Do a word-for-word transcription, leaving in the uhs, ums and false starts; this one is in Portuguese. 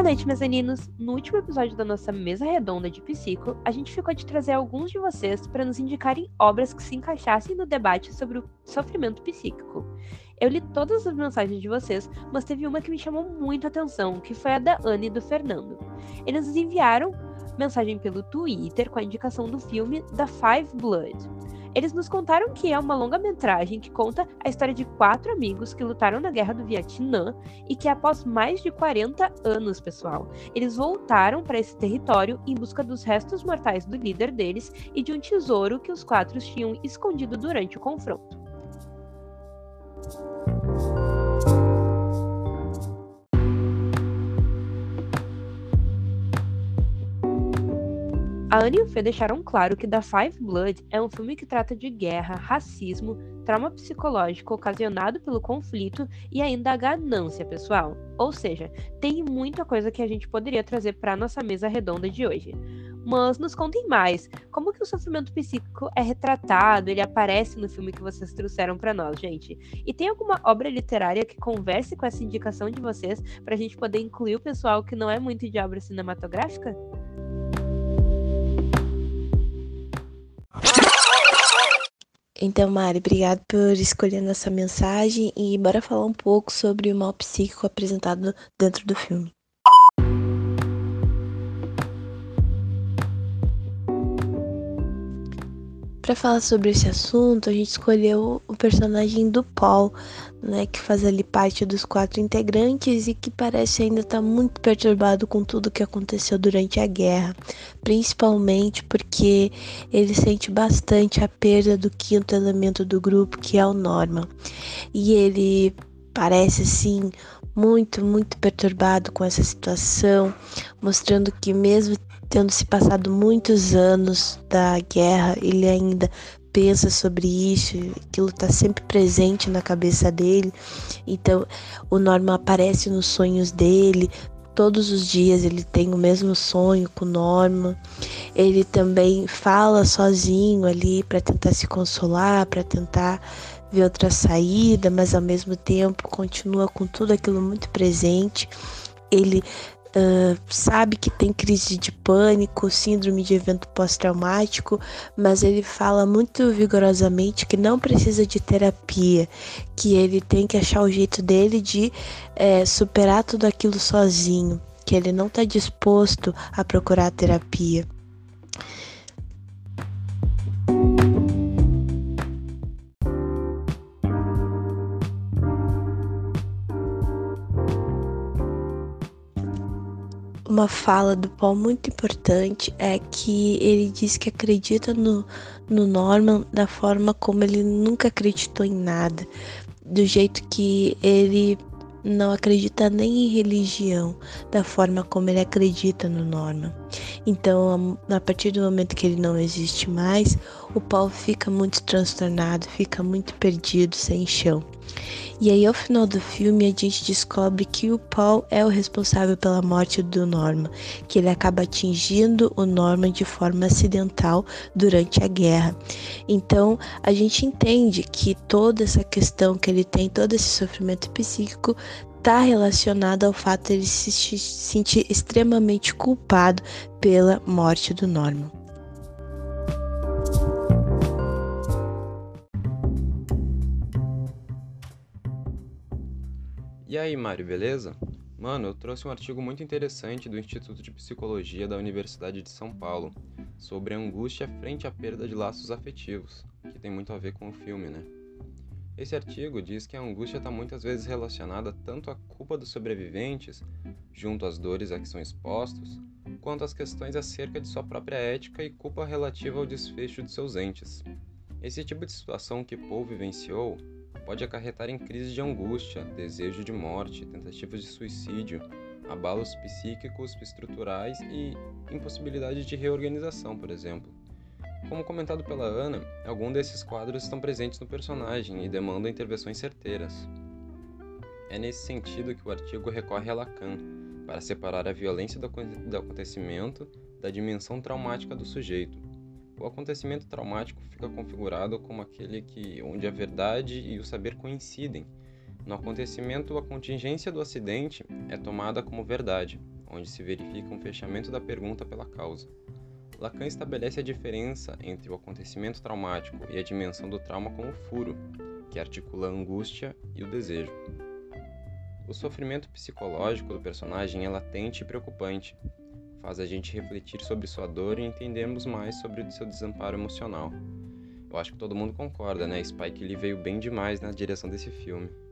Boa noite, mezaninos! No último episódio da nossa mesa redonda de psico, a gente ficou de trazer alguns de vocês para nos indicarem obras que se encaixassem no debate sobre o sofrimento psíquico. Eu li todas as mensagens de vocês, mas teve uma que me chamou muito a atenção, que foi a da Ana e do Fernando. Eles nos enviaram mensagem pelo Twitter com a indicação do filme The Five Blood. Eles nos contaram que é uma longa-metragem que conta a história de quatro amigos que lutaram na Guerra do Vietnã e que após mais de quarenta anos, pessoal, eles voltaram para esse território em busca dos restos mortais do líder deles e de um tesouro que os quatro tinham escondido durante o confronto. A Ana e o Fê deixaram claro que The Five Blood é um filme que trata de guerra, racismo, trauma psicológico ocasionado pelo conflito e ainda a ganância pessoal. Ou seja, tem muita coisa que a gente poderia trazer para a nossa mesa redonda de hoje. Mas nos contem mais, como que o sofrimento psíquico é retratado, ele aparece no filme que vocês trouxeram para nós, gente? E tem alguma obra literária que converse com essa indicação de vocês para a gente poder incluir o pessoal que não é muito de obra cinematográfica? Então, Mari, obrigado por escolher nossa mensagem e bora falar um pouco sobre o mal psíquico apresentado dentro do filme. Para falar sobre esse assunto, a gente escolheu o personagem do Paul, né, que faz ali parte dos quatro integrantes e que parece ainda estar muito perturbado com tudo que aconteceu durante a guerra, principalmente porque ele sente bastante a perda do quinto elemento do grupo, que é o Norman. E ele parece assim muito, muito perturbado com essa situação, mostrando que mesmo tendo se passado muitos anos da guerra, ele ainda pensa sobre isso, aquilo está sempre presente na cabeça dele. Então o Norman aparece nos sonhos dele, todos os dias ele tem o mesmo sonho com o Norman. Ele também fala sozinho ali para tentar se consolar, para tentar ver outra saída, mas ao mesmo tempo continua com tudo aquilo muito presente. Ele Uh, sabe que tem crise de pânico, síndrome de evento pós-traumático, mas ele fala muito vigorosamente que não precisa de terapia, que ele tem que achar o jeito dele de é, superar tudo aquilo sozinho, que ele não está disposto a procurar terapia. Uma fala do Paul muito importante é que ele diz que acredita no, no Norman da forma como ele nunca acreditou em nada, do jeito que ele não acredita nem em religião, da forma como ele acredita no Norman. Então, a partir do momento que ele não existe mais, o Paul fica muito transtornado, fica muito perdido, sem chão. E aí, ao final do filme, a gente descobre que o Paul é o responsável pela morte do Norman, que ele acaba atingindo o Norman de forma acidental durante a guerra. Então, a gente entende que toda essa questão que ele tem, todo esse sofrimento psíquico, está relacionado ao fato de ele se sentir extremamente culpado pela morte do Norman. E aí, Mário, beleza? Mano, eu trouxe um artigo muito interessante do Instituto de Psicologia da Universidade de São Paulo sobre a angústia frente à perda de laços afetivos, que tem muito a ver com o filme, né? Esse artigo diz que a angústia está muitas vezes relacionada tanto à culpa dos sobreviventes, junto às dores a que são expostos, quanto às questões acerca de sua própria ética e culpa relativa ao desfecho de seus entes. Esse tipo de situação que Paul vivenciou pode acarretar em crises de angústia, desejo de morte, tentativas de suicídio, abalos psíquicos estruturais e impossibilidade de reorganização, por exemplo. Como comentado pela Ana, alguns desses quadros estão presentes no personagem e demandam intervenções certeiras. É nesse sentido que o artigo recorre a Lacan, para separar a violência do acontecimento da dimensão traumática do sujeito. O acontecimento traumático fica configurado como aquele que, onde a verdade e o saber coincidem. No acontecimento, a contingência do acidente é tomada como verdade, onde se verifica um fechamento da pergunta pela causa. Lacan estabelece a diferença entre o acontecimento traumático e a dimensão do trauma como furo, que articula a angústia e o desejo. O sofrimento psicológico do personagem é latente e preocupante. Faz a gente refletir sobre sua dor e entendermos mais sobre o seu desamparo emocional. Eu acho que todo mundo concorda, né? Spike Lee veio bem demais na direção desse filme.